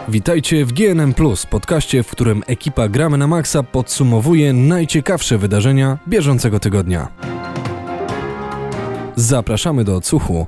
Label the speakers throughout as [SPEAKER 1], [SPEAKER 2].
[SPEAKER 1] Witajcie w GNM+, podcaście, w którym ekipa Gramy na Maxa podsumowuje najciekawsze wydarzenia bieżącego tygodnia. Zapraszamy do odsłuchu.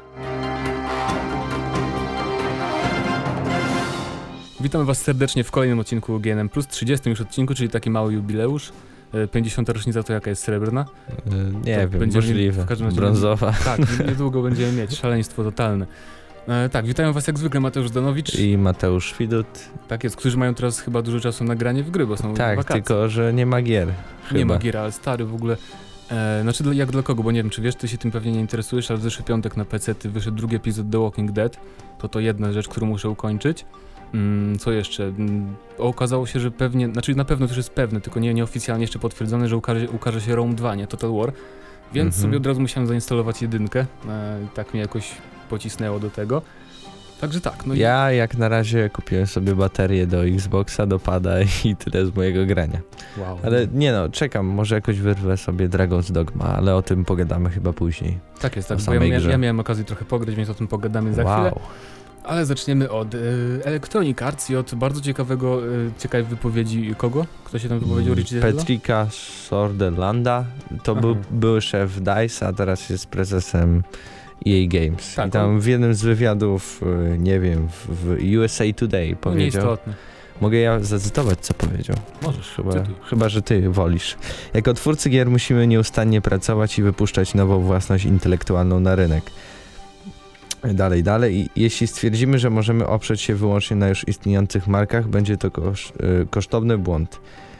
[SPEAKER 2] Witamy Was serdecznie w kolejnym odcinku GNM+, 30 już odcinku, czyli taki mały jubileusz. 50. rocznica to jaka jest srebrna?
[SPEAKER 3] Nie wiem, możliwe. Brązowa.
[SPEAKER 2] Tak, niedługo będziemy mieć szaleństwo totalne. Tak, witają Was jak zwykle Mateusz Danowicz
[SPEAKER 3] i Mateusz Widut.
[SPEAKER 2] Tak jest, którzy mają teraz chyba dużo czasu na granie w gry, bo są
[SPEAKER 3] tak,
[SPEAKER 2] wakacje.
[SPEAKER 3] Tylko że nie ma gier.
[SPEAKER 2] Nie ma gier, ale stary w ogóle. Znaczy jak dla kogo, bo nie wiem czy wiesz, ty się tym pewnie nie interesujesz, ale w zeszły piątek na PC-ty wyszedł drugi epizod The Walking Dead. To jedna rzecz, którą muszę ukończyć. Co jeszcze? Okazało się, że pewnie, znaczy na pewno też jest pewne, tylko nieoficjalnie jeszcze potwierdzone, że ukaże się Rome 2, nie Total War. Więc sobie od razu musiałem zainstalować jedynkę. Tak mnie jakoś pocisnęło do tego. Także tak. No
[SPEAKER 3] ja jak na razie kupiłem sobie baterię do Xboxa, do pada i tyle z mojego grania.
[SPEAKER 2] Wow.
[SPEAKER 3] Ale nie no, czekam, może jakoś wyrwę sobie Dragon's Dogma, ale o tym pogadamy chyba później.
[SPEAKER 2] Tak jest, tak, bo ja miałem okazję trochę pograć, więc o tym pogadamy za chwilę. Ale zaczniemy od Electronic Arts i od bardzo ciekawej wypowiedzi kogo? Kto się tam wypowiedział?
[SPEAKER 3] Patricka Sordelanda. To był szef DICE, a teraz jest prezesem EA Games. Tak, i tam w jednym z wywiadów, nie wiem, w USA Today powiedział.
[SPEAKER 2] Nieistotne.
[SPEAKER 3] Mogę ja zacytować, co powiedział?
[SPEAKER 2] Możesz,
[SPEAKER 3] chyba, że ty wolisz. Jako twórcy gier musimy nieustannie pracować i wypuszczać nową własność intelektualną na rynek. Dalej. I jeśli stwierdzimy, że możemy oprzeć się wyłącznie na już istniejących markach, będzie to kosztowny błąd.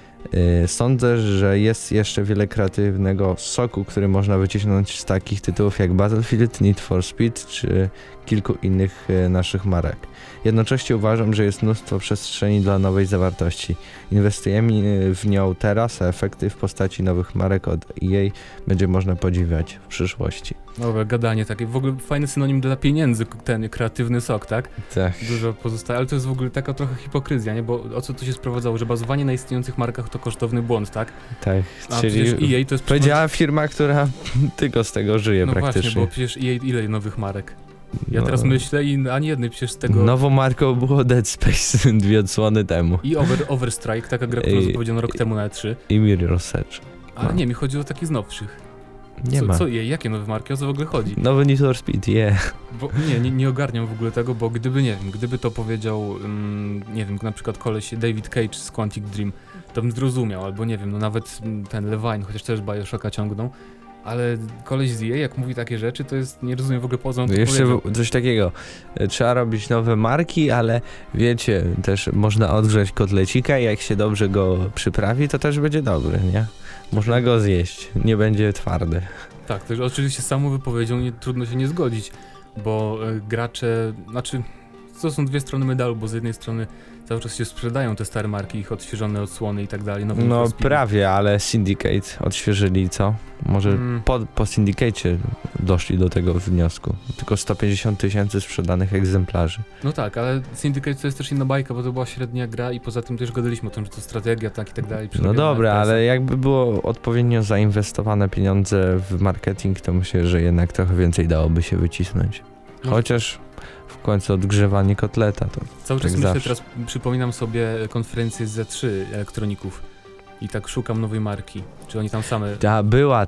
[SPEAKER 3] Sądzę, że jest jeszcze wiele kreatywnego soku, który można wycisnąć z takich tytułów jak Battlefield, Need for Speed czy kilku innych naszych marek. Jednocześnie uważam, że jest mnóstwo przestrzeni dla nowej zawartości. Inwestujemy w nią teraz, a efekty w postaci nowych marek od EA będzie można podziwiać w przyszłości.
[SPEAKER 2] Dobra, gadanie takie, w ogóle fajny synonim dla pieniędzy, ten kreatywny sok, tak?
[SPEAKER 3] Tak.
[SPEAKER 2] Dużo pozostaje, ale to jest w ogóle taka trochę hipokryzja, nie? Bo o co tu się sprowadzało, że bazowanie na istniejących markach to kosztowny błąd, tak?
[SPEAKER 3] Tak,
[SPEAKER 2] a czyli EA to jest
[SPEAKER 3] powiedziała firma, która tylko z tego żyje praktycznie.
[SPEAKER 2] No właśnie, bo przecież EA ile nowych marek? Ja teraz myślę i ani jednej przecież z tego...
[SPEAKER 3] Nową marką było Dead Space 2 odsłony temu.
[SPEAKER 2] I Overstrike, taka gra, którą zapowiedziano rok temu na E3.
[SPEAKER 3] I Mirror's Edge.
[SPEAKER 2] Ale nie, mi chodzi o takich z nowszych.
[SPEAKER 3] Nie ma.
[SPEAKER 2] Jakie nowe marki? O co w ogóle chodzi?
[SPEAKER 3] Nowy Need for Speed,
[SPEAKER 2] Bo nie ogarniam w ogóle tego, bo gdyby to powiedział, nie wiem, na przykład koleś David Cage z Quantic Dream, to bym zrozumiał, albo nie wiem, no nawet ten Levine, chociaż też BioShocka ciągną. Ale koleś z EA, jak mówi takie rzeczy, to jest, nie rozumiem w ogóle po co on to
[SPEAKER 3] jeszcze
[SPEAKER 2] powiedział.
[SPEAKER 3] Coś takiego, trzeba robić nowe marki, ale wiecie, też można odgrzać kotlecika i jak się dobrze go przyprawi, to też będzie dobry, nie? Można go zjeść, nie będzie twardy.
[SPEAKER 2] Tak, to oczywiście z samą wypowiedzią trudno się nie zgodzić, bo gracze, znaczy to są dwie strony medalu, bo z jednej strony cały czas się sprzedają te stare marki, ich odświeżone odsłony i tak dalej.
[SPEAKER 3] No prawie, ale Syndicate odświeżyli, co? Może po Syndicate'cie doszli do tego wniosku. Tylko 150 000 sprzedanych egzemplarzy.
[SPEAKER 2] No tak, ale Syndicate to jest też inna bajka, bo to była średnia gra i poza tym też gadaliśmy o tym, że to strategia, tak i tak dalej.
[SPEAKER 3] No dobra, ale jakby było odpowiednio zainwestowane pieniądze w marketing, to myślę, że jednak trochę więcej dałoby się wycisnąć. Chociaż w końcu odgrzewanie kotleta to
[SPEAKER 2] cały czas
[SPEAKER 3] tak
[SPEAKER 2] myślę,
[SPEAKER 3] zawsze.
[SPEAKER 2] teraz przypominam sobie konferencję z Z3 Elektroników i tak szukam nowej marki. Czy oni tam same...
[SPEAKER 3] Była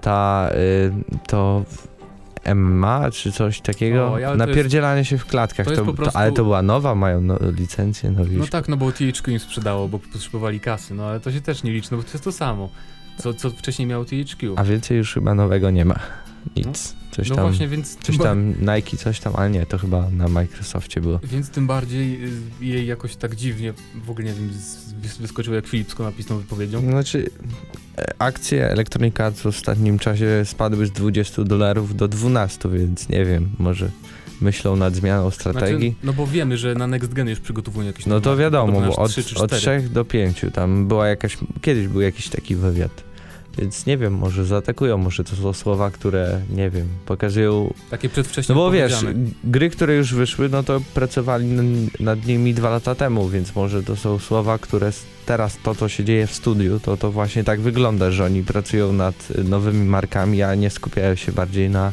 [SPEAKER 3] to MMA czy coś takiego, napierdzielanie się w klatkach, ale to była nowa, mają licencję, nowiczkę.
[SPEAKER 2] No tak, no bo THQ im sprzedało, bo potrzebowali kasy, no ale to się też nie liczy, no bo to jest to samo, co wcześniej miało THQ.
[SPEAKER 3] A więcej już chyba nowego nie ma, nic. Coś
[SPEAKER 2] no
[SPEAKER 3] tam,
[SPEAKER 2] właśnie, więc
[SPEAKER 3] coś tam Nike, coś tam, ale nie, to chyba na Microsoftie było.
[SPEAKER 2] Więc tym bardziej jej jakoś tak dziwnie, w ogóle nie wiem, wyskoczyło jak Filipsko napisał wypowiedzią.
[SPEAKER 3] Znaczy, akcje Electronic Arts w ostatnim czasie spadły z $20 do 12, więc nie wiem, może myślą nad zmianą strategii.
[SPEAKER 2] Znaczy, no bo wiemy, że na Next Gen już przygotowują jakieś...
[SPEAKER 3] No to wiadomo, bo od
[SPEAKER 2] 3
[SPEAKER 3] do 5, tam była kiedyś był jakiś taki wywiad. Więc nie wiem, może zaatakują, może to są słowa, które, nie wiem, pokazują...
[SPEAKER 2] Takie przedwcześnie
[SPEAKER 3] No bo wiesz, gry, które już wyszły, no to pracowali nad nimi 2 lata temu, więc może to są słowa, które teraz to, co się dzieje w studiu, to właśnie tak wygląda, że oni pracują nad nowymi markami, a nie skupiają się bardziej na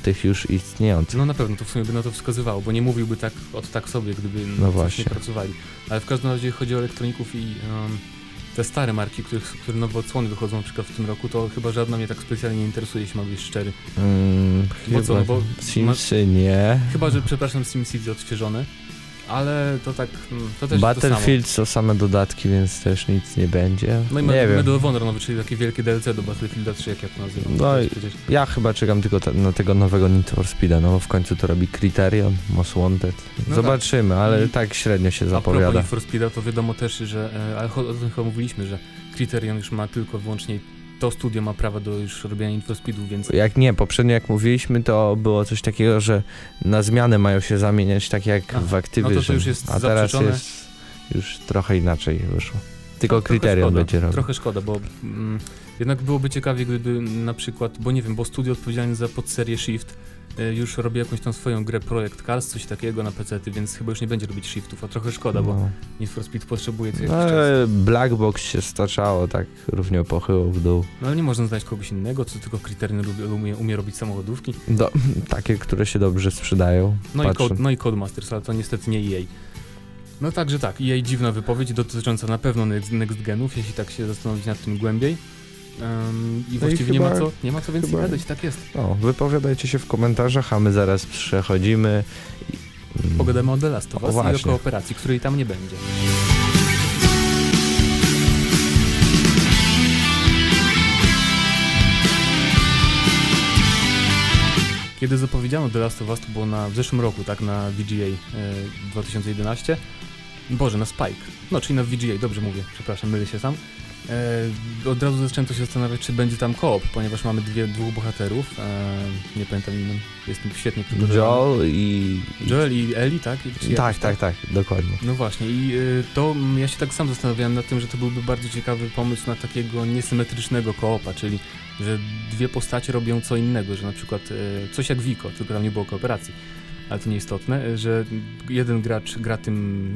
[SPEAKER 3] tych już istniejących.
[SPEAKER 2] No na pewno to w sumie by na to wskazywało, bo nie mówiłby tak sobie, gdyby coś
[SPEAKER 3] właśnie.
[SPEAKER 2] nie pracowali. Ale w każdym razie chodzi o elektroników i te stare marki, które nowe odsłony wychodzą na przykład w tym roku, to chyba żadna mnie tak specjalnie nie interesuje, jeśli mam być szczery.
[SPEAKER 3] Chyba
[SPEAKER 2] co, no bo
[SPEAKER 3] Simsy nie.
[SPEAKER 2] Chyba, że przepraszam, SimCity odświeżone, ale to tak, to też
[SPEAKER 3] Battlefield
[SPEAKER 2] to samo.
[SPEAKER 3] są same dodatki, więc też nic nie będzie.
[SPEAKER 2] No i
[SPEAKER 3] nie wiem.
[SPEAKER 2] Medal of Honor nowy, czyli takie wielkie DLC do Battlefielda 3, jak ja to nazywam.
[SPEAKER 3] No
[SPEAKER 2] To
[SPEAKER 3] i
[SPEAKER 2] jest przecież...
[SPEAKER 3] ja chyba czekam tylko na tego nowego Need for Speeda, no bo w końcu to robi Criterion, Most Wanted.
[SPEAKER 2] No
[SPEAKER 3] Zobaczymy,
[SPEAKER 2] tak.
[SPEAKER 3] ale
[SPEAKER 2] I
[SPEAKER 3] tak średnio się
[SPEAKER 2] A propos
[SPEAKER 3] zapowiada.
[SPEAKER 2] Need for Speeda, to wiadomo też, że, ale o tym chyba mówiliśmy, że Criterion już ma tylko wyłącznie, to studio ma prawo do już robienia Need for Speedów, więc...
[SPEAKER 3] Poprzednio jak mówiliśmy, to było coś takiego, że na zmianę mają się zamieniać tak jak w Activision,
[SPEAKER 2] no to już jest
[SPEAKER 3] a teraz
[SPEAKER 2] zaprzeczone.
[SPEAKER 3] jest już trochę inaczej wyszło. Tylko
[SPEAKER 2] No,
[SPEAKER 3] Criterion będzie robił.
[SPEAKER 2] Trochę szkoda, bo jednak byłoby ciekawie, gdyby na przykład, bo nie wiem, bo studio odpowiedzialne za podserię Shift już robi jakąś tam swoją grę Projekt Cars, coś takiego na PC-ty, więc chyba już nie będzie robić Shiftów, a trochę szkoda, bo Need for Speed potrzebuje co jakiś czas.
[SPEAKER 3] Black Box się staczało tak równie pochyło w dół.
[SPEAKER 2] No ale nie można znaleźć kogoś innego, co tylko Criterion umie robić samochodówki.
[SPEAKER 3] Takie, które się dobrze sprzedają.
[SPEAKER 2] No i Codemasters, ale to niestety nie EA. No także tak, EA dziwna wypowiedź dotycząca na pewno next genów, jeśli tak się zastanowić nad tym głębiej. I właściwie nie ma co więcej gadać, tak jest.
[SPEAKER 3] Wypowiadajcie się w komentarzach, a my zaraz przechodzimy.
[SPEAKER 2] Pogadamy o The Last of Us i o
[SPEAKER 3] właśnie.
[SPEAKER 2] kooperacji, której tam nie będzie. Kiedy zapowiedziano The Last of Us, to było w zeszłym roku, tak, na VGA 2011. Boże, na Spike. No, czyli na VGA, dobrze mówię, przepraszam, mylę się sam. Od razu zacząłem się zastanawiać, czy będzie tam koop, ponieważ mamy dwóch bohaterów. Nie pamiętam imion, jestem świetnie przygotowany. Joel i Ellie, tak?
[SPEAKER 3] Tak, dokładnie.
[SPEAKER 2] No właśnie, i to ja się tak sam zastanawiałem nad tym, że to byłby bardzo ciekawy pomysł na takiego niesymetrycznego koopa, czyli że dwie postacie robią co innego, że na przykład coś jak Vico, tylko tam nie było kooperacji, ale to nieistotne, że jeden gracz gra tym,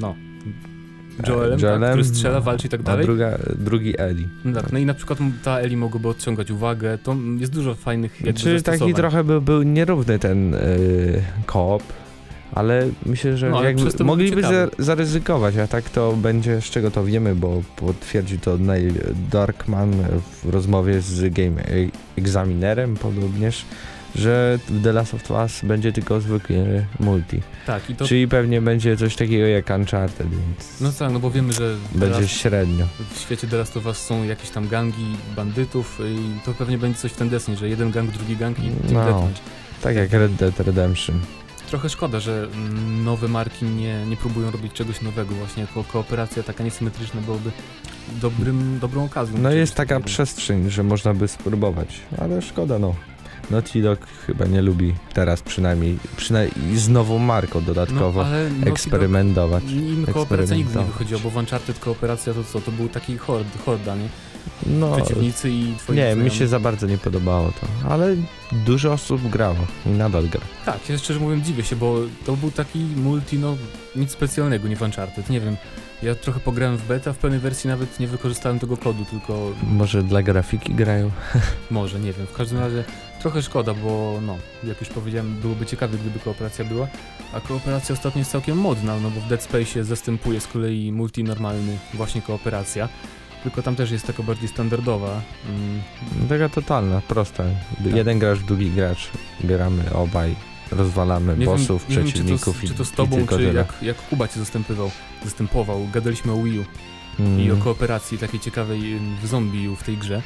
[SPEAKER 2] Joelem, tak, który strzela, walczy i tak dalej.
[SPEAKER 3] A drugi Ellie.
[SPEAKER 2] No tak, no i na przykład ta Ellie mogłaby odciągać uwagę, to jest dużo fajnych
[SPEAKER 3] Czyli
[SPEAKER 2] zastosowań.
[SPEAKER 3] taki trochę był nierówny ten koop, ale myślę, że mogliby zaryzykować, a tak to będzie, z czego to wiemy, bo potwierdził to Neil Druckmann w rozmowie z Game Examinerem podobnież, że w The Last of Us będzie tylko zwykły multi.
[SPEAKER 2] Tak, i to...
[SPEAKER 3] Czyli pewnie będzie coś takiego jak Uncharted, więc...
[SPEAKER 2] No tak, no bo wiemy, że...
[SPEAKER 3] Będzie średnio.
[SPEAKER 2] W świecie The Last of Us są jakieś tam gangi bandytów i to pewnie będzie coś w ten deseń, że jeden gang, drugi gang i deathmatch.
[SPEAKER 3] Tak jak Red Dead Redemption.
[SPEAKER 2] Trochę szkoda, że nowe marki nie próbują robić czegoś nowego właśnie, jako kooperacja taka niesymetryczna byłoby dobrą okazją.
[SPEAKER 3] No jest taka przestrzeń, że można by spróbować, ale szkoda, Naughty Dog chyba nie lubi teraz przynajmniej z nową marką dodatkowo eksperymentować.
[SPEAKER 2] Im kooperacja nigdy nie wychodziła, bo w Uncharted kooperacja to co? To był taki horda, nie? Przeciwnicy i twoi
[SPEAKER 3] mi się za bardzo nie podobało to, ale dużo osób grało i nadal gra.
[SPEAKER 2] Tak, ja szczerze mówiąc dziwię się, bo to był taki multi, nic specjalnego, nie w Uncharted, nie wiem. Ja trochę pograłem w beta, w pełnej wersji nawet nie wykorzystałem tego kodu, tylko...
[SPEAKER 3] Może dla grafiki grają?
[SPEAKER 2] Może, nie wiem. W każdym razie trochę szkoda, bo jak już powiedziałem, byłoby ciekawie, gdyby kooperacja była. A kooperacja ostatnio jest całkiem modna, bo w Dead Space zastępuje z kolei multi normalny właśnie kooperacja. Tylko tam też jest taka bardziej standardowa.
[SPEAKER 3] Taka totalna, prosta. Tak. Jeden gracz, drugi gracz, gramy obaj, rozwalamy bossów, przeciwników.
[SPEAKER 2] Czy to z tobą, czy jak Kuba cię zastępował. Gadaliśmy o Wii U i o kooperacji takiej ciekawej w zombie w tej grze.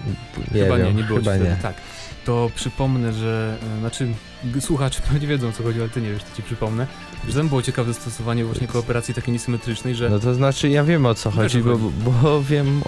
[SPEAKER 2] Nie było chyba nie. Tak. To przypomnę, że słuchacze pewnie wiedzą, co chodzi, ale ty nie wiesz, to ci przypomnę, że tam było ciekawe zastosowanie właśnie kooperacji takiej niesymetrycznej, że...
[SPEAKER 3] No to znaczy ja wiem, o co chodzi, bo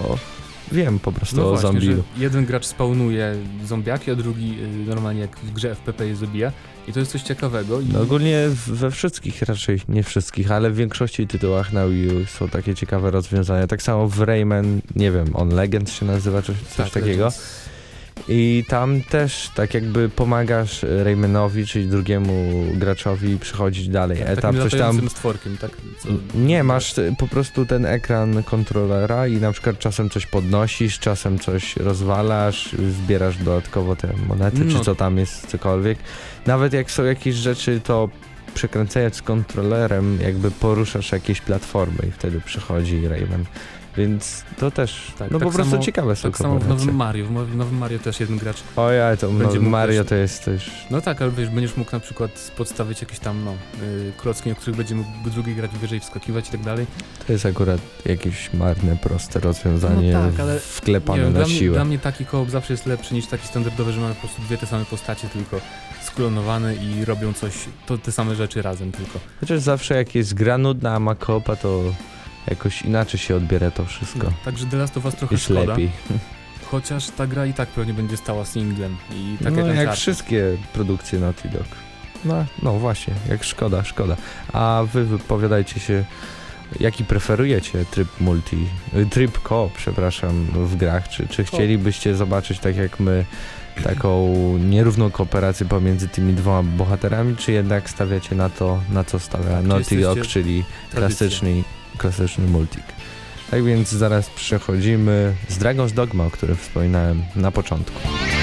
[SPEAKER 3] wiem po prostu o zombie.
[SPEAKER 2] Że jeden gracz spawnuje zombiaki, a drugi normalnie jak w grze FPP je zabija i to jest coś ciekawego.
[SPEAKER 3] Ogólnie we wszystkich, raczej nie wszystkich, ale w większości tytułach na Wii U są takie ciekawe rozwiązania. Tak samo w Rayman, nie wiem, On Legends się nazywa, coś takiego. I tam też tak jakby pomagasz Raymanowi, czyli drugiemu graczowi przechodzić dalej etap,
[SPEAKER 2] takim
[SPEAKER 3] coś tam.
[SPEAKER 2] latającym stworkiem, tak?
[SPEAKER 3] Nie, masz po prostu ten ekran kontrolera i na przykład czasem coś podnosisz, czasem coś rozwalasz, zbierasz dodatkowo te monety, czy co tam jest, cokolwiek. Nawet jak są jakieś rzeczy, to przekręcając kontrolerem jakby poruszasz jakieś platformy i wtedy przychodzi Rayman. Więc to też,
[SPEAKER 2] tak,
[SPEAKER 3] no
[SPEAKER 2] tak
[SPEAKER 3] po prostu
[SPEAKER 2] samo,
[SPEAKER 3] ciekawe są
[SPEAKER 2] tak samo w nowym Mario. W nowym Mario też jeden gracz
[SPEAKER 3] Ojej, to
[SPEAKER 2] będzie mógł
[SPEAKER 3] Mario
[SPEAKER 2] też,
[SPEAKER 3] to jest też...
[SPEAKER 2] No tak, ale wiesz, będziesz mógł na przykład podstawić jakieś tam, klocki, na których będzie mógł drugi grać wyżej wskakiwać i tak dalej.
[SPEAKER 3] To jest akurat jakieś marne, proste rozwiązanie,
[SPEAKER 2] no tak, ale
[SPEAKER 3] wklepane na
[SPEAKER 2] dla
[SPEAKER 3] siłę.
[SPEAKER 2] Dla mnie taki koop zawsze jest lepszy niż taki standardowy, że mamy po prostu dwie te same postacie, tylko sklonowane i robią coś, te same rzeczy razem tylko.
[SPEAKER 3] Chociaż zawsze jak jest gra nudna, a ma koopa, to jakoś inaczej się odbiera to wszystko.
[SPEAKER 2] No, także The Last of Us trochę
[SPEAKER 3] jest
[SPEAKER 2] szkoda.
[SPEAKER 3] lepiej.
[SPEAKER 2] Chociaż ta gra i tak pewnie będzie stała singlem. I tak
[SPEAKER 3] no jak
[SPEAKER 2] Uncharted.
[SPEAKER 3] wszystkie produkcje Naughty Dog. No właśnie, jak szkoda. A wy wypowiadajcie się, jaki preferujecie tryb co, przepraszam, w grach? Czy chcielibyście zobaczyć, tak jak my, taką nierówną kooperację pomiędzy tymi dwoma bohaterami, czy jednak stawiacie na to, na co stawia Naughty Dog, czyli klasyczny multik? Tak więc zaraz przechodzimy z Dragon's Dogma, o którym wspominałem na początku.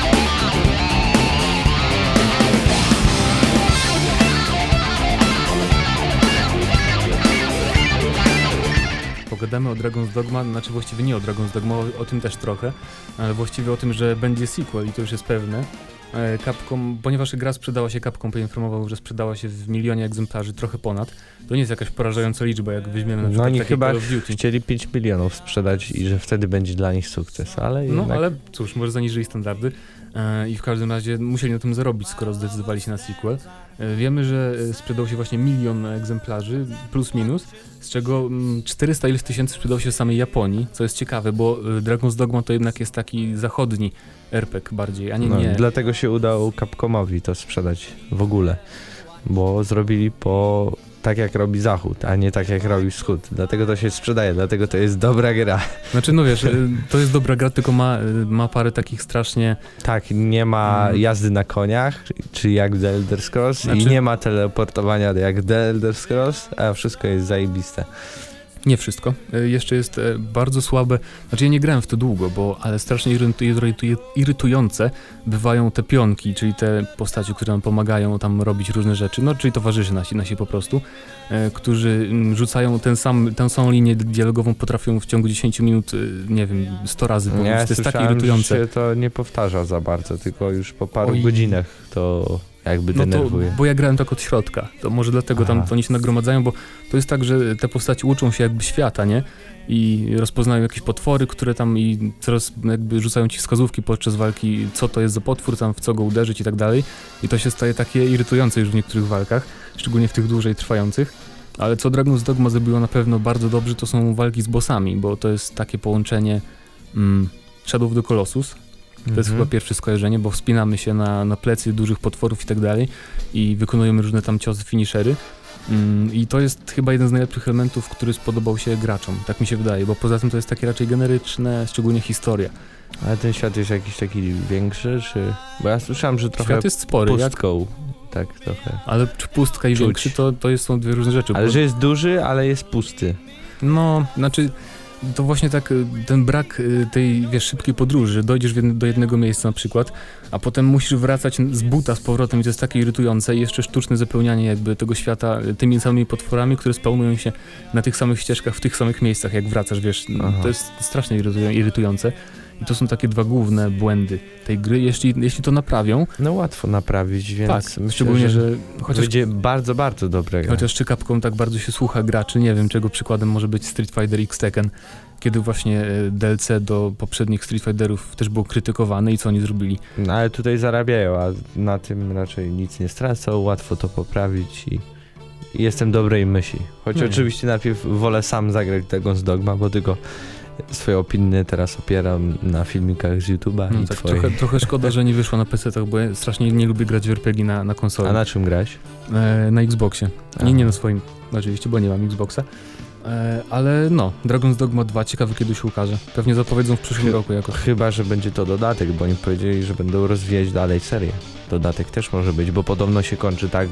[SPEAKER 2] Pogadamy o Dragon's Dogma, znaczy właściwie nie o Dragon's Dogma, o tym też trochę, ale właściwie o tym, że będzie sequel i to już jest pewne. Capcom, ponieważ gra sprzedała się, Capcom poinformował, że sprzedała się w 1 milionie egzemplarzy, trochę ponad. To nie jest jakaś porażająca liczba, jak weźmiemy na przykład
[SPEAKER 3] oni
[SPEAKER 2] takie
[SPEAKER 3] chyba
[SPEAKER 2] Call of Duty.
[SPEAKER 3] chcieli 5 milionów sprzedać i że wtedy będzie dla nich sukces, ale
[SPEAKER 2] No
[SPEAKER 3] jednak...
[SPEAKER 2] ale cóż, może zaniżyli standardy i w każdym razie musieli na tym zarobić, skoro zdecydowali się na sequel. Wiemy, że sprzedał się właśnie 1 milion egzemplarzy, plus minus, z czego 400 ileś tysięcy sprzedał się w samej Japonii, co jest ciekawe, bo Dragon's Dogma to jednak jest taki zachodni RPG bardziej, a nie.
[SPEAKER 3] Dlatego się udało Capcomowi to sprzedać w ogóle, bo zrobili tak jak robi Zachód, a nie tak jak robi Wschód. Dlatego to się sprzedaje, dlatego to jest dobra gra.
[SPEAKER 2] Znaczy no wiesz, to jest dobra gra, tylko ma parę takich strasznie...
[SPEAKER 3] Tak, nie ma jazdy na koniach, czy jak w The Elder Scrolls i nie ma teleportowania jak The Elder Scrolls, a wszystko jest zajebiste.
[SPEAKER 2] Nie wszystko. Jeszcze jest bardzo słabe, znaczy ja nie grałem w to długo, ale strasznie irytujące bywają te pionki, czyli te postacie, które nam pomagają tam robić różne rzeczy, no czyli towarzysze nasi po prostu, którzy rzucają tę samą linię dialogową, potrafią w ciągu 10 minut, nie wiem, 100 razy powiedzieć. To jest takie irytujące.
[SPEAKER 3] Że się to nie powtarza za bardzo, tylko już po paru godzinach to... jakby denerwuje.
[SPEAKER 2] Bo ja grałem tak od środka, to może dlatego tam oni się nagromadzają, bo to jest tak, że te postaci uczą się jakby świata, nie? I rozpoznają jakieś potwory, które tam i coraz jakby rzucają ci wskazówki podczas walki, co to jest za potwór, tam w co go uderzyć i tak dalej. I to się staje takie irytujące już w niektórych walkach, szczególnie w tych dłużej trwających. Ale co Dragon's Dogma zrobiło na pewno bardzo dobrze, to są walki z bossami, bo to jest takie połączenie Shadow of the Colossus. To jest chyba pierwsze skojarzenie, bo wspinamy się na plecy dużych potworów i tak dalej i wykonujemy różne tam ciosy, finishery. I to jest chyba jeden z najlepszych elementów, który spodobał się graczom, tak mi się wydaje, bo poza tym to jest takie raczej generyczne, szczególnie historia.
[SPEAKER 3] Ale ten świat jest jakiś taki większy, czy... Bo ja słyszałem, że trochę
[SPEAKER 2] świat jest spory,
[SPEAKER 3] pustką. Tak, trochę.
[SPEAKER 2] Ale czy pustka i większy, to są dwie różne rzeczy.
[SPEAKER 3] Ale że jest duży, ale jest pusty.
[SPEAKER 2] No, znaczy... To właśnie tak, ten brak tej, szybkiej podróży, dojdziesz do jednego miejsca na przykład, a potem musisz wracać z buta z powrotem i to jest takie irytujące i jeszcze sztuczne zapełnianie jakby tego świata tymi samymi potworami, które spawnują się na tych samych ścieżkach, w tych samych miejscach, jak wracasz, to jest strasznie irytujące. I to są takie dwa główne błędy tej gry, jeśli to naprawią.
[SPEAKER 3] No łatwo naprawić, więc
[SPEAKER 2] tak,
[SPEAKER 3] myślę,
[SPEAKER 2] szczególnie, że
[SPEAKER 3] będzie bardzo, bardzo dobre gra.
[SPEAKER 2] Chociaż czy Capcom tak bardzo się słucha graczy, nie wiem, czego przykładem może być Street Fighter X Tekken, kiedy właśnie DLC do poprzednich Street Fighterów też było krytykowane i co oni zrobili.
[SPEAKER 3] No ale tutaj zarabiają, a na tym raczej nic nie stracą, łatwo to poprawić i jestem dobrej myśli. Choć oczywiście najpierw wolę sam zagrać Dragon's Dogma, bo tylko swoje opinie teraz opieram na filmikach z YouTube'a i
[SPEAKER 2] tak, trochę szkoda, że nie wyszła na PC-tach, bo ja strasznie nie lubię grać w RPG na konsoli.
[SPEAKER 3] A na czym grać?
[SPEAKER 2] Na Xboxie. Nie na swoim, oczywiście, bo nie mam Xboxa. ale no, Dragon's Dogma 2 ciekawy kiedy się ukaże. Pewnie zapowiedzą w przyszłym roku jakoś.
[SPEAKER 3] Chyba, że będzie to dodatek, bo oni powiedzieli, że będą rozwijać dalej serię. Dodatek też może być, bo podobno się kończy tak,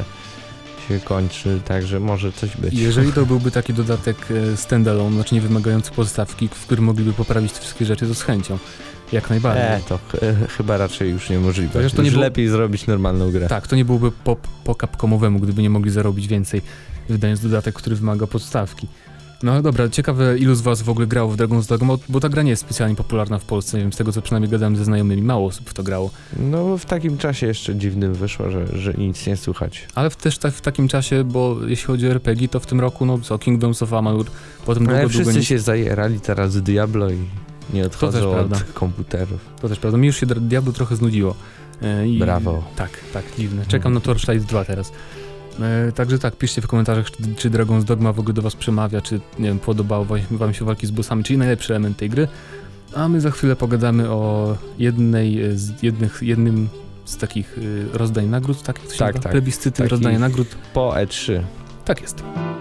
[SPEAKER 3] że może coś być.
[SPEAKER 2] Jeżeli to byłby taki dodatek standalone, znaczy nie wymagający podstawki, w którym mogliby poprawić te wszystkie rzeczy, to z chęcią. Jak najbardziej.
[SPEAKER 3] To chyba raczej już niemożliwe.
[SPEAKER 2] Chociaż to
[SPEAKER 3] już
[SPEAKER 2] nie było...
[SPEAKER 3] lepiej zrobić normalną grę.
[SPEAKER 2] Tak, to nie byłoby po Capcomowemu, gdyby nie mogli zarobić więcej, wydając dodatek, który wymaga podstawki. No ale dobra, ciekawe ilu z was w ogóle grało w Dragon's Dogma, bo ta gra nie jest specjalnie popularna w Polsce, nie wiem, z tego co przynajmniej gadałem ze znajomymi, mało osób w to grało.
[SPEAKER 3] No w takim czasie jeszcze dziwnym wyszło, że nic nie słychać.
[SPEAKER 2] Ale też w takim czasie, bo jeśli chodzi o RPG, to w tym roku, no co, Kingdoms of Amalur, potem
[SPEAKER 3] Ale
[SPEAKER 2] długo
[SPEAKER 3] wszyscy się zajerali teraz z Diablo i nie odchodzą od
[SPEAKER 2] prawda.
[SPEAKER 3] komputerów.
[SPEAKER 2] To też prawda, mi już się Diablo trochę znudziło.
[SPEAKER 3] Brawo.
[SPEAKER 2] Tak, dziwne. Czekam na Torchlight 2 teraz. Także tak, piszcie w komentarzach, czy Dragon's Dogma w ogóle do was przemawia, czy nie wiem, podobało wam się walki z bossami, czyli najlepszy element tej gry. A my za chwilę pogadamy o jednym z takich rozdań nagród, tak jak to się nazywa?
[SPEAKER 3] Tak.
[SPEAKER 2] Plebiscyty, rozdanie nagród.
[SPEAKER 3] Po E3.
[SPEAKER 2] Tak jest.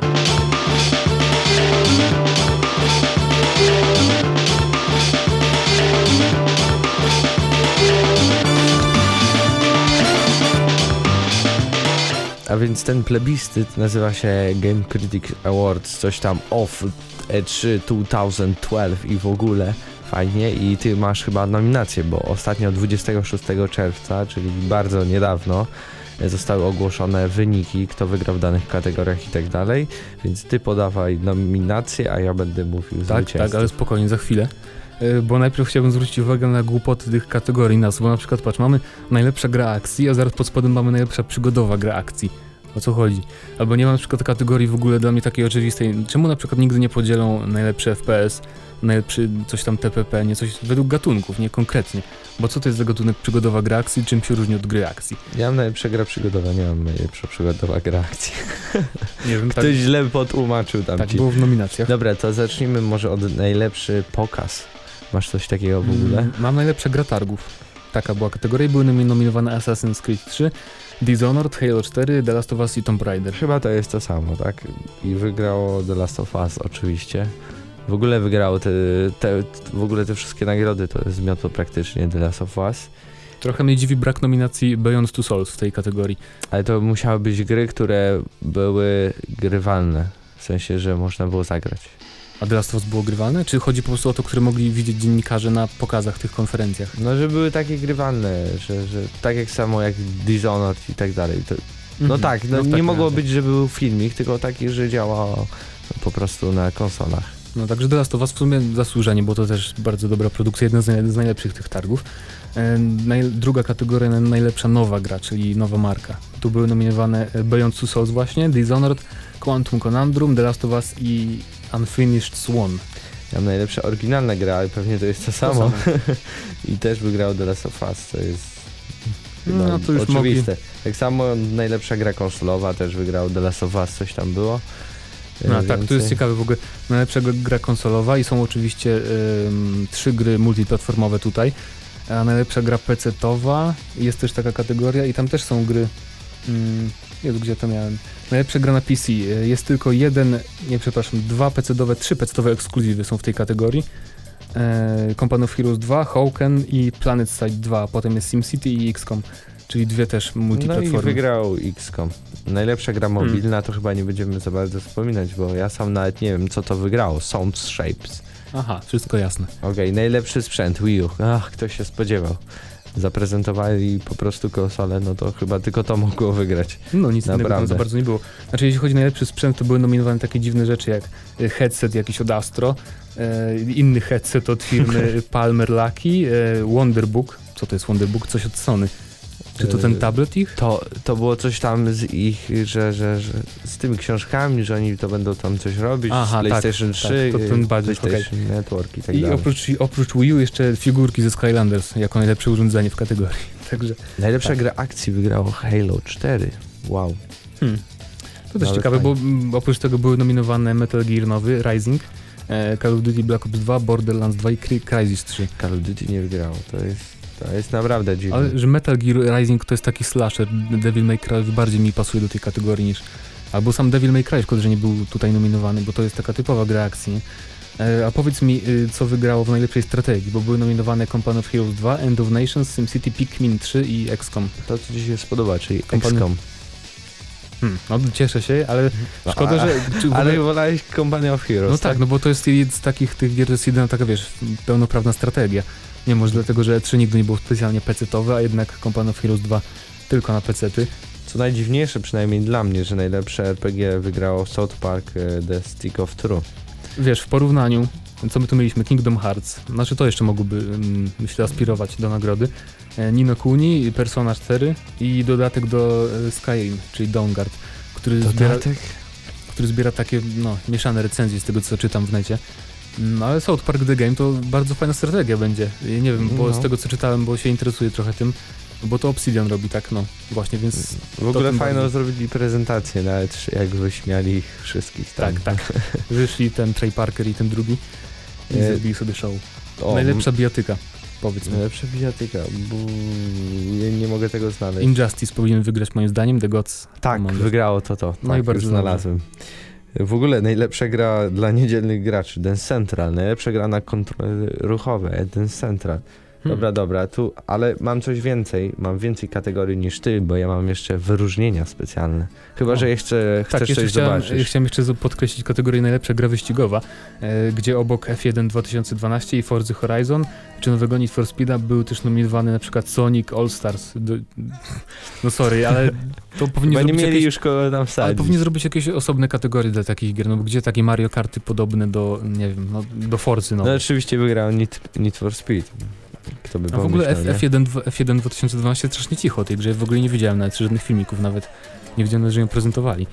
[SPEAKER 3] A więc ten plebiscyt nazywa się Game Critics Awards, coś tam of E3 2012 i w ogóle fajnie i ty masz chyba nominację, bo ostatnio 26 czerwca, czyli bardzo niedawno, zostały ogłoszone wyniki, kto wygrał w danych kategoriach i tak dalej, więc ty podawaj nominację, a ja będę mówił zwycięzcę.
[SPEAKER 2] Tak, ale spokojnie, za chwilę. Bo najpierw chciałbym zwrócić uwagę na głupoty tych kategorii nazw, bo na przykład patrz, mamy najlepsza gra akcji, a zaraz pod spodem mamy najlepsza przygodowa gra akcji. O co chodzi? Albo nie ma na przykład kategorii w ogóle dla mnie takiej oczywistej. Czemu na przykład nigdy nie podzielą najlepszy FPS, najlepszy coś tam TPP, nie coś według gatunków, nie konkretnie. Bo co to jest za gatunek przygodowa gra akcji, czym się różni od gry akcji?
[SPEAKER 3] Ja mam najlepsza gra przygodowa, nie mam najlepsza przygodowa gra akcji.
[SPEAKER 2] Nie wiem,
[SPEAKER 3] Ktoś źle potłumaczył tam
[SPEAKER 2] tak
[SPEAKER 3] ci.
[SPEAKER 2] było w nominacjach.
[SPEAKER 3] Dobra, to zacznijmy może od najlepszy pokaz. Masz coś takiego w ogóle?
[SPEAKER 2] Mam najlepsza gra targów. Taka była kategoria. Były nominowane Assassin's Creed 3, Dishonored, Halo 4, The Last of Us i Tomb Raider.
[SPEAKER 3] Chyba to jest to samo, tak? I wygrało The Last of Us oczywiście. W ogóle wygrało te wszystkie nagrody, to zmiotło praktycznie The Last of Us.
[SPEAKER 2] Trochę mnie dziwi brak nominacji Beyond Two Souls w tej kategorii.
[SPEAKER 3] Ale to musiały być gry, które były grywalne. W sensie, że można było zagrać.
[SPEAKER 2] A The Last of Us było grywalne? Czy chodzi po prostu o to, które mogli widzieć dziennikarze na pokazach, tych konferencjach?
[SPEAKER 3] No, że były takie grywalne, że tak jak samo jak Dishonored i tak dalej. To, no tak, nie mogło być, że był filmik, tylko taki, że działał po prostu na konsolach.
[SPEAKER 2] No także The Last of Us w sumie zasłużenie, bo to też bardzo dobra produkcja, jedna z najlepszych tych targów. Druga kategoria, najlepsza nowa gra, czyli nowa marka. Tu były nominowane Beyond Two Souls właśnie, Dishonored, Quantum Conundrum, The Last of Us i Unfinished Swan.
[SPEAKER 3] Ja mam najlepsza oryginalna gra, ale pewnie to jest to samo. I też wygrał The Last of Us, to jest
[SPEAKER 2] no, to już
[SPEAKER 3] oczywiste.
[SPEAKER 2] mogli.
[SPEAKER 3] Tak samo najlepsza gra konsolowa też wygrał The Last of Us, coś tam było.
[SPEAKER 2] No tak, to jest ciekawe w ogóle. Najlepsza gra konsolowa i są oczywiście 3 gry multiplatformowe tutaj. A najlepsza gra PC-towa, jest też taka kategoria i tam też są gry. Gdzie to miałem? Najlepsza gra na PC. Jest tylko dwa PC-owe, 3 PC-owe ekskluzywy są w tej kategorii. Company of Heroes 2, Hawken i Planet Side 2, potem jest SimCity i XCOM, czyli 2 też multiplatformy.
[SPEAKER 3] No i wygrał XCOM. Najlepsza gra mobilna to chyba nie będziemy za bardzo wspominać, bo ja sam nawet nie wiem co to wygrało. Sound Shapes.
[SPEAKER 2] Aha, wszystko jasne.
[SPEAKER 3] Okej, najlepszy sprzęt Wii U. Ach, kto się spodziewał. Zaprezentowali po prostu konsolę, no to chyba tylko to mogło wygrać.
[SPEAKER 2] No nic innego tam za bardzo nie było. Znaczy jeśli chodzi o najlepszy sprzęt, to były nominowane takie dziwne rzeczy jak headset jakiś od Astro, inny headset od firmy Palmer Lucky, Wonderbook. Co to jest Wonderbook? Coś od Sony. Czy to ten tablet ich?
[SPEAKER 3] To było coś tam z ich, że z tymi książkami, że oni to będą tam coś robić,
[SPEAKER 2] aha,
[SPEAKER 3] PlayStation 3,
[SPEAKER 2] to ten budget,
[SPEAKER 3] PlayStation Network i tak
[SPEAKER 2] I
[SPEAKER 3] dalej.
[SPEAKER 2] Oprócz Wii U jeszcze figurki ze Skylanders jako najlepsze urządzenie w kategorii. Także
[SPEAKER 3] najlepsza gra akcji wygrało Halo 4. Wow.
[SPEAKER 2] To też ciekawe, bo oprócz tego były nominowane Metal Gear nowy, Rising, Call of Duty Black Ops 2, Borderlands 2 i Crysis 3.
[SPEAKER 3] Call of Duty nie wygrało, to jest naprawdę dziwne.
[SPEAKER 2] Ale że Metal Gear Rising to jest taki slasher, Devil May Cry bardziej mi pasuje do tej kategorii niż Albo sam Devil May Cry, szkoda, że nie był tutaj nominowany, bo to jest taka typowa gra akcji. Nie? A powiedz mi, co wygrało w najlepszej strategii, bo były nominowane Company of Heroes 2, End of Nations, SimCity, Pikmin 3 i XCOM.
[SPEAKER 3] To, co ci się spodoba, czyli
[SPEAKER 2] Company-
[SPEAKER 3] XCOM.
[SPEAKER 2] No cieszę się, ale szkoda, że...
[SPEAKER 3] Ale wolałeś Company of Heroes,
[SPEAKER 2] No tak, no bo to jest z takich tych gier, to jest jedyna taka, wiesz, pełnoprawna strategia. Nie może dlatego, że E3 nigdy nie było specjalnie PC-towe, a jednak Company of Heroes 2 tylko na PC-ty.
[SPEAKER 3] Co najdziwniejsze, przynajmniej dla mnie, że najlepsze RPG wygrało South Park The Stick of Truth.
[SPEAKER 2] Wiesz, w porównaniu, co my tu mieliśmy, Kingdom Hearts, znaczy to jeszcze mogłoby, myślę, aspirować do nagrody. Ni no Kuni, Persona 4 i dodatek do Skyrim, czyli Dawnguard, który zbiera takie, no, mieszane recenzje z tego, co czytam w necie. No ale South Park The Game to bardzo fajna strategia będzie. Nie wiem, bo z tego, co czytałem, bo się interesuję trochę tym, bo to Obsidian robi, tak, no, właśnie, więc...
[SPEAKER 3] W ogóle fajno
[SPEAKER 2] bardzo
[SPEAKER 3] zrobili prezentację, nawet jak wyśmiali ich wszystkich tam.
[SPEAKER 2] Tak. Wyszli ten Trey Parker i ten drugi i zrobili sobie show.
[SPEAKER 3] O,
[SPEAKER 2] Najlepsza bijatyka, powiedz mi.
[SPEAKER 3] Najlepsza bijatyka, bo nie mogę tego znaleźć.
[SPEAKER 2] Injustice powinien wygrać moim zdaniem, The Gods.
[SPEAKER 3] Tak,
[SPEAKER 2] Among Us.
[SPEAKER 3] wygrało to.
[SPEAKER 2] No
[SPEAKER 3] Tak,
[SPEAKER 2] i bardzo
[SPEAKER 3] już znalazłem. W ogóle najlepsza gra dla niedzielnych graczy, Dance Central. Najlepsza gra na kontrole ruchowe, Dance Central. Dobra, tu, ale mam coś więcej, mam więcej kategorii niż ty, bo ja mam jeszcze wyróżnienia specjalne. Chyba, że chcesz coś zobaczyć.
[SPEAKER 2] Chciałem jeszcze podkreślić kategorię najlepsza gra wyścigowa, gdzie obok F1 2012 i Forza Horizon, czy nowego Need for Speeda był też nominowany na przykład Sonic All Stars. No sorry, ale to powinni zrobić
[SPEAKER 3] mieli
[SPEAKER 2] jakieś...
[SPEAKER 3] już kogo tam wsadzić.
[SPEAKER 2] Ale powinni zrobić jakieś osobne kategorie dla takich gier, no bo gdzie takie Mario Karty podobne do, nie wiem, no, do Forzy.
[SPEAKER 3] No oczywiście wygrał Need for Speed. Kto by
[SPEAKER 2] A w ogóle
[SPEAKER 3] pomyślał,
[SPEAKER 2] F1 2012 strasznie cicho o tej grze, w ogóle nie widziałem nawet żadnych filmików, nawet nie widziałem, że ją prezentowali.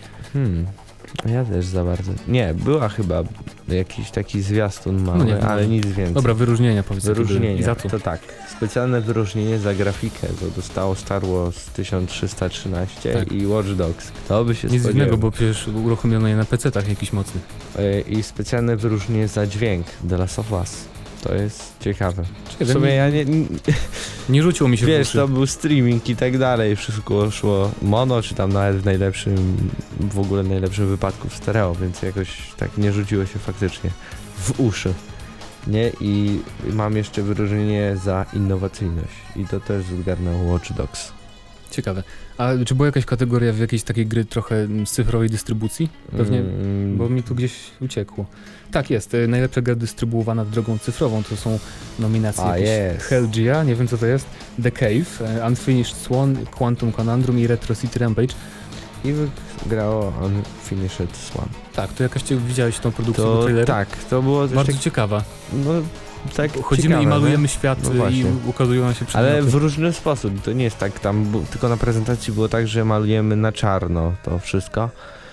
[SPEAKER 3] Ja też za bardzo. Nie, była chyba jakiś taki zwiastun mały,
[SPEAKER 2] No nie wiem,
[SPEAKER 3] ale nic więcej.
[SPEAKER 2] Dobra, wyróżnienia powiedzmy.
[SPEAKER 3] Wyróżnienie,
[SPEAKER 2] I za to.
[SPEAKER 3] to tak. Specjalne wyróżnienie za grafikę, to dostało Star Wars 1313
[SPEAKER 2] Tak.
[SPEAKER 3] i Watch Dogs. To by się
[SPEAKER 2] Nic
[SPEAKER 3] spodziewał.
[SPEAKER 2] dziwnego, bo przecież uruchomiono je na PC-tach jakiś mocny.
[SPEAKER 3] I specjalne wyróżnienie za dźwięk The Last of Us. To jest ciekawe.
[SPEAKER 2] Czekaj,
[SPEAKER 3] W sumie ja
[SPEAKER 2] nie rzuciło mi się w
[SPEAKER 3] wiesz,
[SPEAKER 2] uszy.
[SPEAKER 3] to był streaming i tak dalej, wszystko szło mono, czy tam nawet w ogóle najlepszym wypadku w stereo, więc jakoś tak nie rzuciło się faktycznie w uszy. Nie? I mam jeszcze wyróżnienie za innowacyjność i to też zgarnął Watch Dogs.
[SPEAKER 2] Ciekawe. A czy była jakaś kategoria w jakiejś takiej gry trochę z cyfrowej dystrybucji? Pewnie, bo mi tu gdzieś uciekło. Tak, jest. Najlepsza gra dystrybuowana drogą cyfrową to są nominacje jakieś Helgia, nie wiem co to jest, The Cave, Unfinished Swan, Quantum Conundrum i Retro City Rampage.
[SPEAKER 3] I wygrało Unfinished Swan.
[SPEAKER 2] Tak, to jakaś widziałeś tą produkcję do
[SPEAKER 3] To
[SPEAKER 2] trailera?
[SPEAKER 3] tak, to było też
[SPEAKER 2] Bardzo
[SPEAKER 3] tak,
[SPEAKER 2] ciekawa.
[SPEAKER 3] no tak
[SPEAKER 2] Chodzimy
[SPEAKER 3] ciekawe,
[SPEAKER 2] i malujemy
[SPEAKER 3] nie?
[SPEAKER 2] świat
[SPEAKER 3] No
[SPEAKER 2] i
[SPEAKER 3] właśnie.
[SPEAKER 2] ukazują nam się przedmioty.
[SPEAKER 3] Ale w różny sposób, to nie jest tak tam, tylko na prezentacji było tak, że malujemy na czarno to wszystko,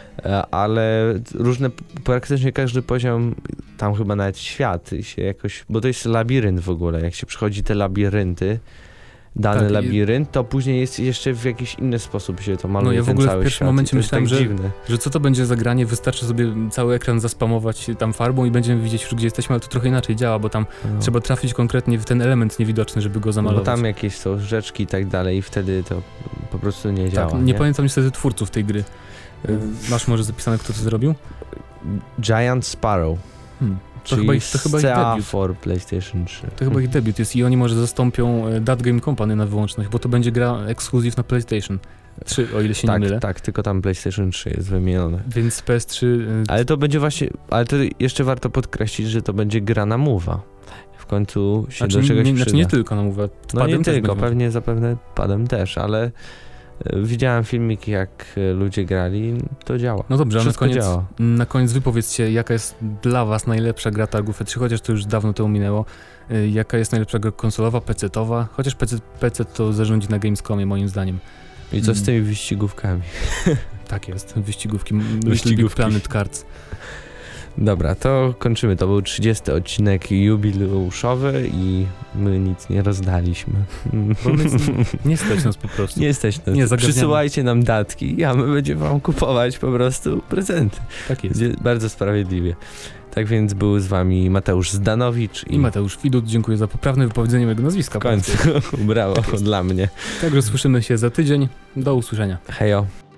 [SPEAKER 3] ale różne, praktycznie każdy poziom, tam chyba nawet świat się jakoś, bo to jest labirynt w ogóle, jak się przychodzi te labirynty, dany
[SPEAKER 2] Tak,
[SPEAKER 3] labirynt, to później jest jeszcze w jakiś inny sposób się to maluje,
[SPEAKER 2] No ja w
[SPEAKER 3] ten
[SPEAKER 2] ogóle w
[SPEAKER 3] cały
[SPEAKER 2] pierwszym
[SPEAKER 3] świat.
[SPEAKER 2] momencie
[SPEAKER 3] I to jest
[SPEAKER 2] myślałem,
[SPEAKER 3] tak
[SPEAKER 2] że-
[SPEAKER 3] dziwne.
[SPEAKER 2] Że co to będzie za granie, wystarczy sobie cały ekran zaspamować tam farbą i będziemy widzieć już gdzie jesteśmy, ale to trochę inaczej działa, bo tam
[SPEAKER 3] No.
[SPEAKER 2] trzeba trafić konkretnie w ten element niewidoczny, żeby go
[SPEAKER 3] No bo
[SPEAKER 2] zamalować.
[SPEAKER 3] tam jakieś są rzeczki i tak dalej i wtedy to po prostu nie działa.
[SPEAKER 2] Tak, nie pamiętam niestety twórców tej gry. Masz może zapisane, kto to zrobił?
[SPEAKER 3] Giant Sparrow.
[SPEAKER 2] To chyba ich
[SPEAKER 3] CA
[SPEAKER 2] debiut.
[SPEAKER 3] for PlayStation 3.
[SPEAKER 2] To chyba ich debiut jest i oni może zastąpią That Game Company na wyłączność, bo to będzie gra ekskluzyw na PlayStation 3, o ile się nie mylę.
[SPEAKER 3] Tak, tylko tam PlayStation 3 jest wymienione.
[SPEAKER 2] Więc PS3...
[SPEAKER 3] Ale to będzie właśnie, ale to jeszcze warto podkreślić, że to będzie gra na mowa. W końcu się do czegoś przyda.
[SPEAKER 2] Znaczy nie tylko na mówę.
[SPEAKER 3] No nie tylko, pewnie zapewne padem też, ale widziałem filmiki, jak ludzie grali, to działa.
[SPEAKER 2] No dobrze, a
[SPEAKER 3] działa.
[SPEAKER 2] na koniec wypowiedzcie, jaka jest dla was najlepsza gra targów E3, chociaż to już dawno to minęło. Jaka jest najlepsza gra konsolowa, PC-towa? Chociaż PC to zarządzi na Gamescomie moim zdaniem.
[SPEAKER 3] I co z tymi wyścigówkami?
[SPEAKER 2] Tak jest, wyścigówki. Little Big Planet Cards.
[SPEAKER 3] Dobra, to kończymy. To był 30 odcinek jubileuszowy i my nic nie rozdaliśmy.
[SPEAKER 2] Bo my nie stać nas po prostu.
[SPEAKER 3] Nie jesteśmy.
[SPEAKER 2] Nie, zagadniamy.
[SPEAKER 3] Przysyłajcie nam datki, a my będziemy wam kupować po prostu prezenty.
[SPEAKER 2] Tak jest.
[SPEAKER 3] Będzie bardzo sprawiedliwie. Tak więc był z wami Mateusz Zdanowicz
[SPEAKER 2] I Mateusz Widut. Dziękuję za poprawne wypowiedzenie mojego nazwiska.
[SPEAKER 3] w końcu brawo
[SPEAKER 2] Tak jest.
[SPEAKER 3] dla mnie.
[SPEAKER 2] Także słyszymy się za tydzień. Do usłyszenia.
[SPEAKER 3] Hejo.